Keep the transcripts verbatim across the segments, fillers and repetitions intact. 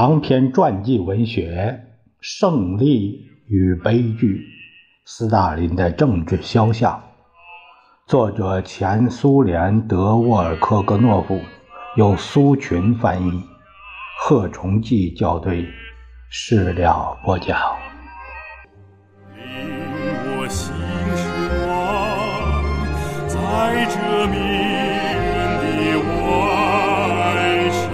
长篇传记文学《胜利与悲剧：斯大林的政治肖像》，作者前苏联德沃尔科格诺夫，由苏群翻译，贺崇济校对，事了播讲。 令我心失望，在这迷人的晚上。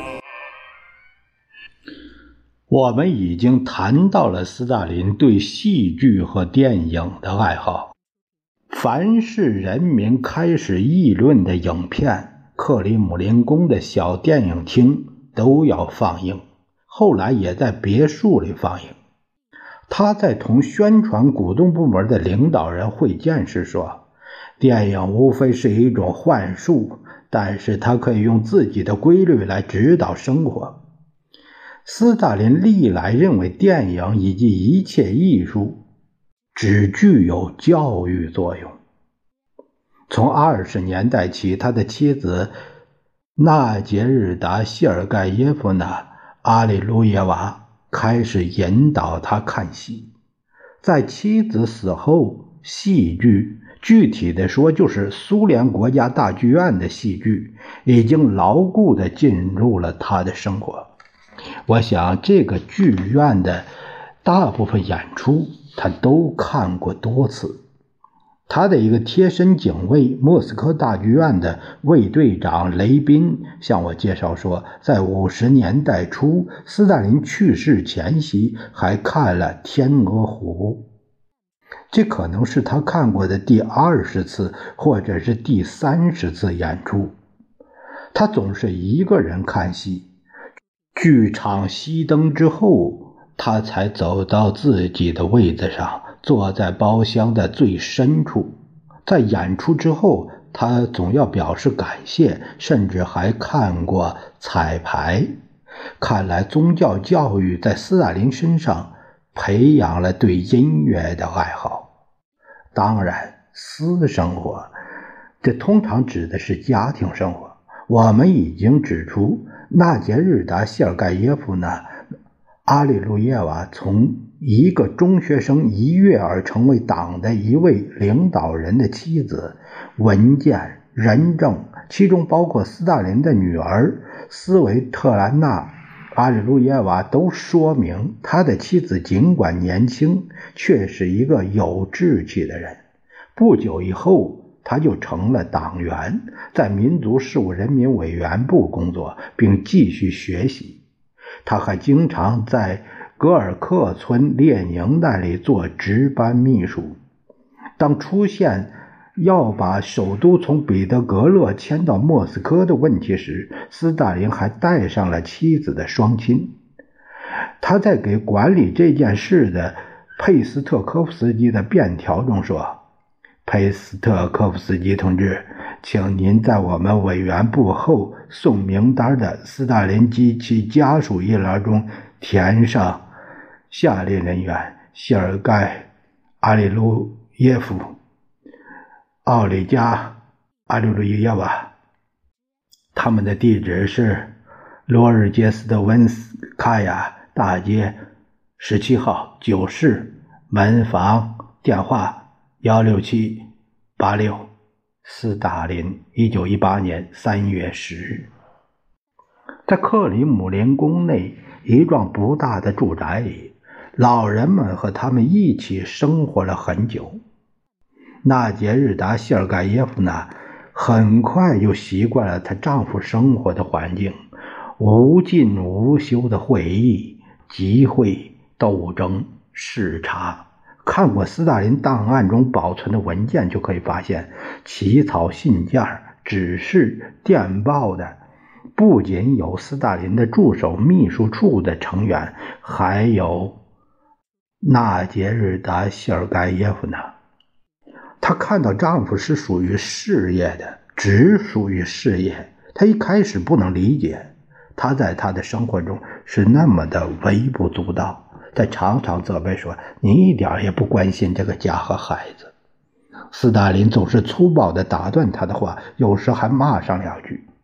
我们已经谈到了斯大林对戏剧和电影的爱好。凡是人民开始议论的影片，克里姆林宫的小电影厅都要放映，后来也在别墅里放映。他在同宣传鼓动部门的领导人会见时说，电影无非是一种幻术，但是它可以用自己的规律来指导生活。斯大林历来认为电影以及一切艺术只具有教育作用。从二十年代起，他的妻子纳杰日达·谢尔盖耶夫娜·阿里路耶娃开始引导他看戏。在妻子死后，戏剧，具体的说就是苏联国家大剧院的戏剧，已经牢固地进入了他的生活。我想这个剧院的大部分演出他都看过多次。他的一个贴身警卫，莫斯科大剧院的卫队长雷宾向我介绍说，在五十年代初，斯大林去世前夕还看了《天鹅湖》，这可能是他看过的第二十次或者是第三十次演出。他总是一个人看戏，剧场熄灯之后，他才走到自己的位子上，坐在包厢的最深处。在演出之后，他总要表示感谢，甚至还看过彩排。看来宗教教育在斯大林身上培养了对音乐的爱好。当然，私生活，这通常指的是家庭生活。我们已经指出，纳杰日达·谢尔盖耶夫娜·阿里路耶娃从一个中学生一跃而成为党的一位领导人的妻子，文件、人证，其中包括斯大林的女儿斯维特兰娜·阿里路耶娃，都说明他的妻子尽管年轻，却是一个有志气的人。不久以后，他就成了党员，在民族事务人民委员部工作，并继续学习。他还经常在格尔克村列宁那里做值班秘书。当出现要把首都从彼得格勒迁到莫斯科的问题时，斯大林还带上了妻子的双亲。他在给管理这件事的佩斯特科夫斯基的便条中说，佩斯特科夫斯基同志，请您在我们委员部后送名单的斯大林及其家属一栏中填上下列人员：谢尔盖·阿里路耶夫、奥里加·阿里路耶娃。他们的地址是罗尔杰斯特温斯卡亚大街十七号九室，门房，电话一六七八六。斯大林，一九一八年三月十日。在克里姆林宫内一幢不大的住宅里，老人们和他们一起生活了很久。纳杰日达·谢尔盖耶夫娜很快就习惯了她丈夫生活的环境，无尽无休的会议、集会、斗争、视察。看过斯大林档案中保存的文件，就可以发现，起草信件、指示、电报的不仅有斯大林的助手秘书处的成员，还有纳杰日达·谢尔盖耶夫娜。她看到丈夫是属于事业的，只属于事业。她一开始不能理解，他在他的生活中是那么的微不足道。他常常责备说，你一点也不关心这个家和孩子。斯大林总是粗暴地打断他的话，有时还骂上两句。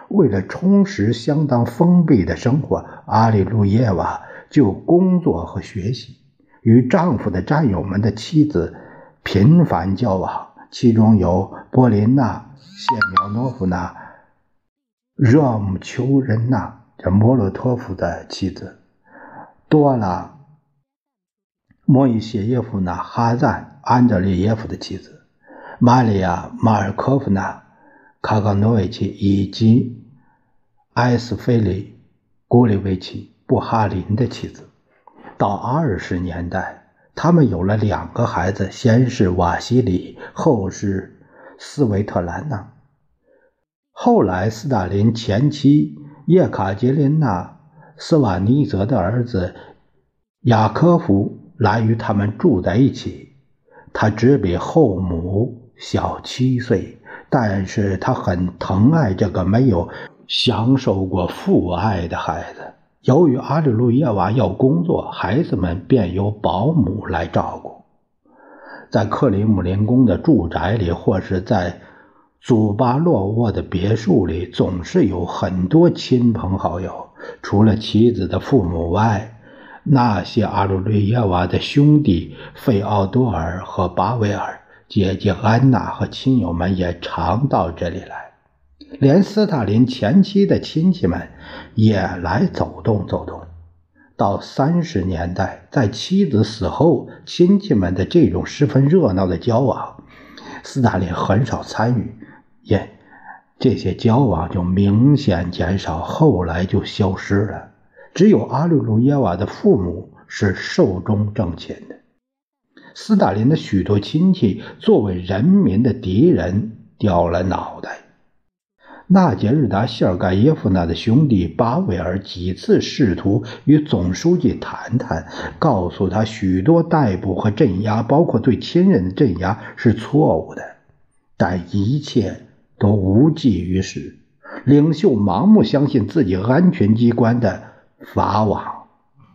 为了充实相当封闭的生活，阿里路耶娃就工作和学习，与丈夫的战友们的妻子频繁交往，其中有波琳娜、谢苗诺夫娜、热姆丘人娜，这莫洛托夫的妻子，多拉莫伊谢耶夫娜、哈赞、安德烈耶夫的妻子，玛利亚·马尔科夫娜、卡冈诺维奇以及埃斯菲里·古里维奇·布哈林的妻子。到二十年代，他们有了两个孩子，先是瓦西里，后是斯维特兰娜。后来斯大林前妻叶卡捷琳娜·斯瓦尼泽的儿子雅科夫来与他们住在一起，他只比后母小七岁，但是他很疼爱这个没有享受过父爱的孩子。由于阿里路耶娃要工作，孩子们便由保姆来照顾。在克里姆林宫的住宅里，或是在祖巴洛沃的别墅里，总是有很多亲朋好友。除了妻子的父母外，那些阿鲁瑞耶娃的兄弟费奥多尔和巴维尔、姐姐安娜和亲友们也常到这里来，连斯大林前妻的亲戚们也来走动走动。到三十年代，在妻子死后，亲戚们的这种十分热闹的交往，斯大林很少参与，也这些交往就明显减少，后来就消失了。只有阿鲁鲁耶娃的父母是寿终正寝的。斯大林的许多亲戚作为人民的敌人掉了脑袋。纳杰日达·谢尔盖耶夫娜的兄弟巴维尔几次试图与总书记谈谈，告诉他许多逮捕和镇压，包括对亲人的镇压，是错误的，但一切都无济于事。领袖盲目相信自己安全机关的法网。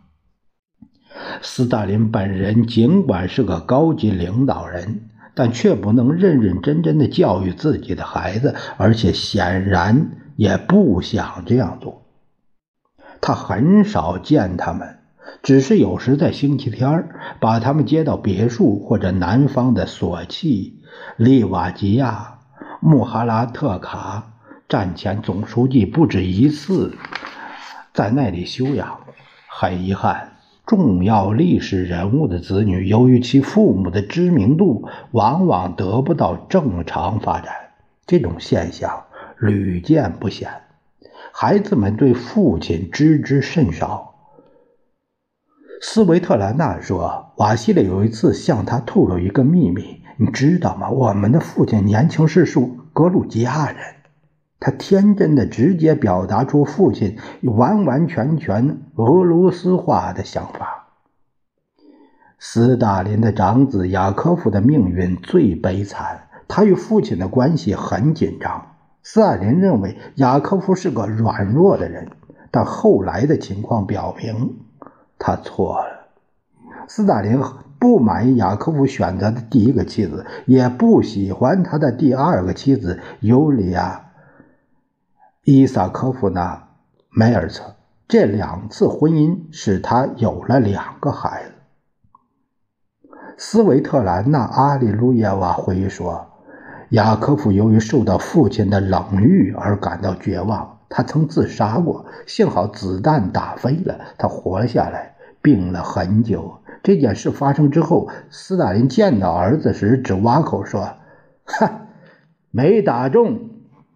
斯大林本人尽管是个高级领导人，但却不能认认真真地教育自己的孩子，而且显然也不想这样做。他很少见他们，只是有时在星期天把他们接到别墅或者南方的索契、利瓦吉亚、穆哈拉特卡战前总书记不止一次在那里休养。很遗憾，重要历史人物的子女由于其父母的知名度往往得不到正常发展，这种现象屡见不鲜。孩子们对父亲知之甚少。斯维特兰娜说，瓦西里有一次向他透露一个秘密，你知道吗？我们的父亲年轻时是格鲁吉亚人。他天真的直接表达出父亲完完全全俄罗斯化的想法。斯大林的长子雅科夫的命运最悲惨，他与父亲的关系很紧张。斯大林认为雅科夫是个软弱的人，但后来的情况表明他错了。斯大林不满意雅科夫选择的第一个妻子，也不喜欢他的第二个妻子尤里亚伊萨科夫娜·梅尔策。这两次婚姻使他有了两个孩子。斯维特兰娜·阿里路耶娃回忆说，雅科夫由于受到父亲的冷遇而感到绝望，他曾自杀过，幸好子弹打飞了，他活了下来，病了很久。这件事发生之后，斯大林见到儿子时只挖口说，哈，没打中。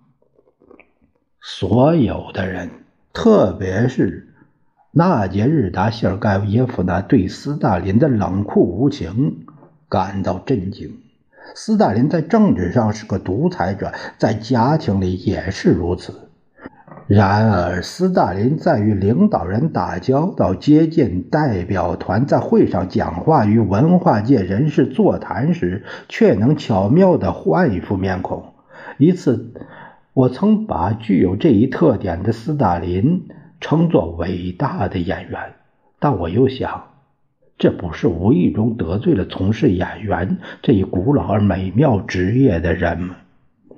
所有的人，特别是纳杰日达·谢尔盖耶夫娜，对斯大林的冷酷无情感到震惊。斯大林在政治上是个独裁者，在家庭里也是如此。然而斯大林在与领导人打交道、接近代表团、在会上讲话、与文化界人士座谈时，却能巧妙地换一副面孔。一次我曾把具有这一特点的斯大林称作伟大的演员，但我又想，这不是无意中得罪了从事演员这一古老而美妙职业的人吗？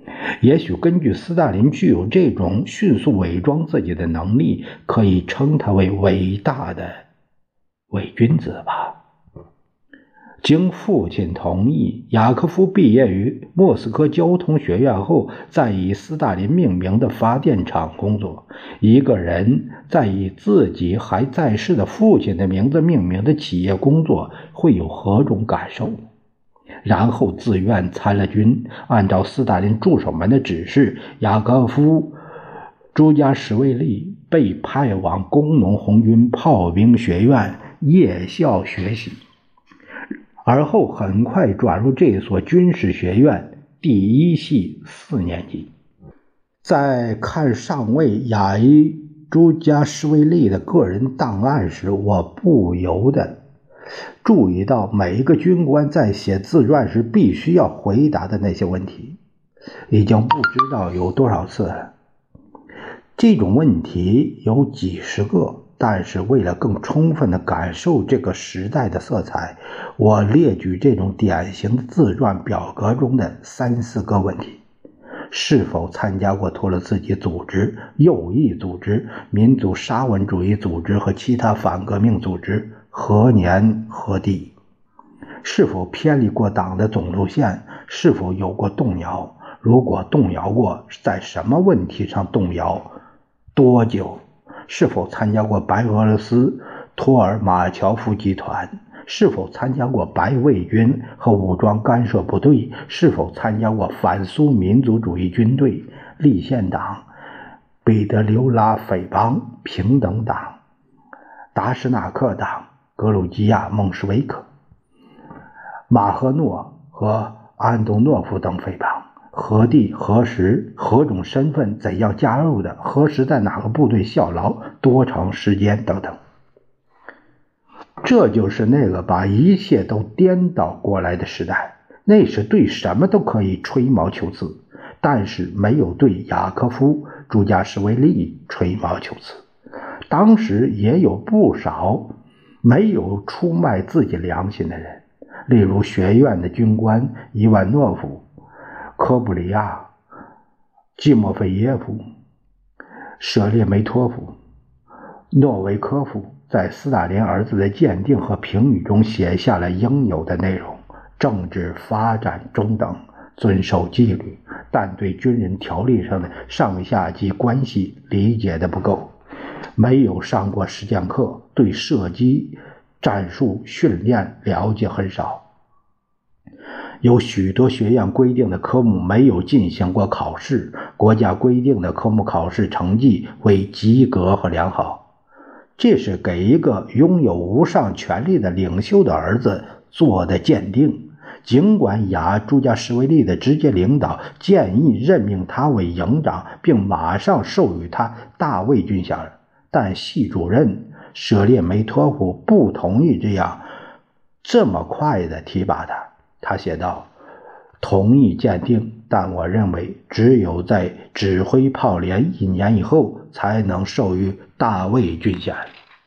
也许根据斯大林具有这种迅速伪装自己的能力，可以称他为伟大的伪君子吧。经父亲同意，雅科夫毕业于莫斯科交通学院后，在以斯大林命名的发电厂工作。一个人在以自己还在世的父亲的名字命名的企业工作，会有何种感受？然后自愿参了军，按照斯大林助手们的指示，雅科夫·朱加什维利被派往工农红军炮兵学院夜校学习，而后很快转入这所军事学院第一系四年级。在看上尉雅伊朱加什维利的个人档案时，我不由得注意到每一个军官在写自传时必须要回答的那些问题，已经不知道有多少次了。这种问题有几十个，但是为了更充分地感受这个时代的色彩，我列举这种典型的自传表格中的三四个问题：是否参加过托洛茨基组织、右翼组织、民族沙文主义组织和其他反革命组织？何年何地？是否偏离过党的总路线？是否有过动摇？如果动摇过，在什么问题上动摇？多久？是否参加过白俄罗斯托尔马乔夫集团？是否参加过白卫军和武装干涉部队？是否参加过反苏民族主义军队、立宪党、彼得留拉匪帮、平等党、达什纳克党、格鲁吉亚孟什维克、马赫诺和安东诺夫等匪帮？何地何时何种身份怎样加入的？何时在哪个部队效劳？多长时间？等等。这就是那个把一切都颠倒过来的时代。那时对什么都可以吹毛求疵，但是没有对雅科夫·朱加什维利吹毛求疵。当时也有不少没有出卖自己良心的人，例如学院的军官伊万诺夫、科布里亚、季莫菲耶夫、舍列梅托夫、诺维科夫，在斯大林儿子的鉴定和评语中写下了应有的内容：政治发展中等，遵守纪律，但对军人条例上的上下级关系理解的不够，没有上过实践课，对射击战术训练了解很少，有许多学院规定的科目没有进行过考试，国家规定的科目考试成绩为及格和良好。这是给一个拥有无上权力的领袖的儿子做的鉴定。尽管雅朱加什维利的直接领导建议任命他为营长，并马上授予他大卫军衔，但系主任舍列梅托夫不同意这样这么快的提拔他。他写道：同意鉴定，但我认为只有在指挥炮连一年以后才能授予大卫军衔。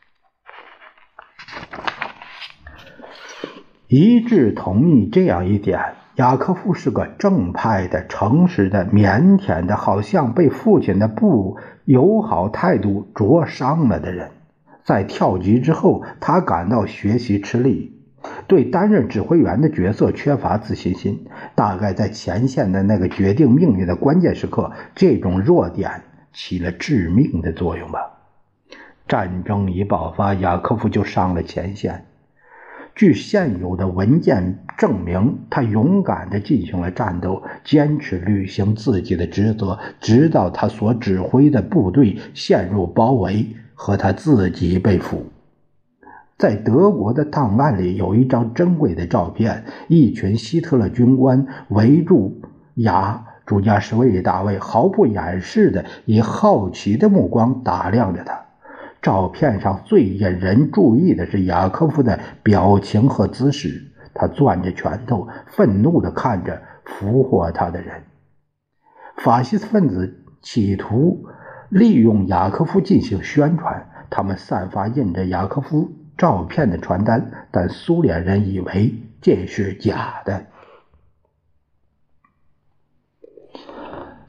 一致同意这样一点：雅科夫是个正派的、诚实的、腼腆的，好像被父亲的不友好态度灼伤了的人。在跳级之后，他感到学习吃力，对担任指挥员的角色缺乏自信心。大概在前线的那个决定命运的关键时刻，这种弱点起了致命的作用吧。战争一爆发，雅科夫就上了前线。据现有的文件证明，他勇敢地进行了战斗，坚持履行自己的职责，直到他所指挥的部队陷入包围和他自己被俘。在德国的档案里有一张珍贵的照片，一群希特勒军官围住雅朱加什维利大卫，毫不掩饰地以好奇的目光打量着他。照片上最引人注意的是雅科夫的表情和姿势，他攥着拳头，愤怒地看着俘获他的人。法西斯分子企图利用雅科夫进行宣传，他们散发印着雅科夫照片的传单，但苏联人以为这是假的。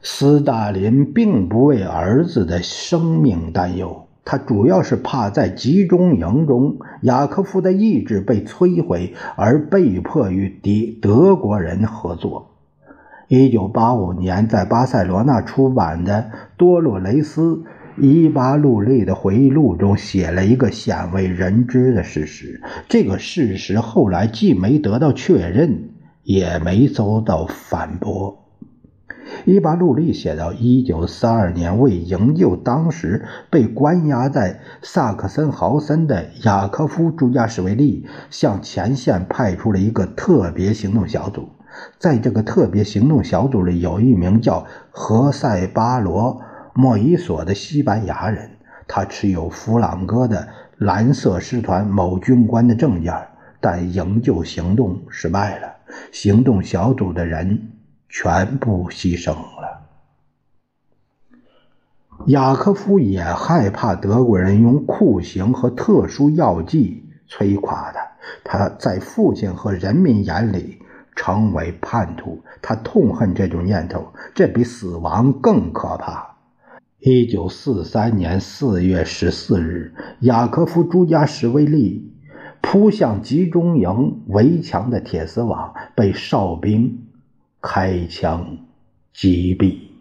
斯大林并不为儿子的生命担忧，他主要是怕在集中营中雅科夫的意志被摧毁，而被迫与敌德国人合作。一九八五年在巴塞罗那出版的多洛雷斯伊巴路利的回忆录中写了一个鲜为人知的事实，这个事实后来既没得到确认，也没遭到反驳。伊巴路利写到，一九四二年为营救当时被关押在萨克森豪森的雅科夫·朱加什维利，向前线派出了一个特别行动小组。在这个特别行动小组里，有一名叫何塞巴罗·莫伊索的西班牙人，他持有弗朗哥的蓝色师团某军官的证件，但营救行动失败了，行动小组的人全部牺牲了。雅科夫也害怕德国人用酷刑和特殊药剂摧垮他，他在父亲和人民眼里成为叛徒，他痛恨这种念头，这比死亡更可怕。一九四三年四月十四日，雅科夫·朱加什维利扑向集中营围墙的铁丝网，被哨兵开枪击毙。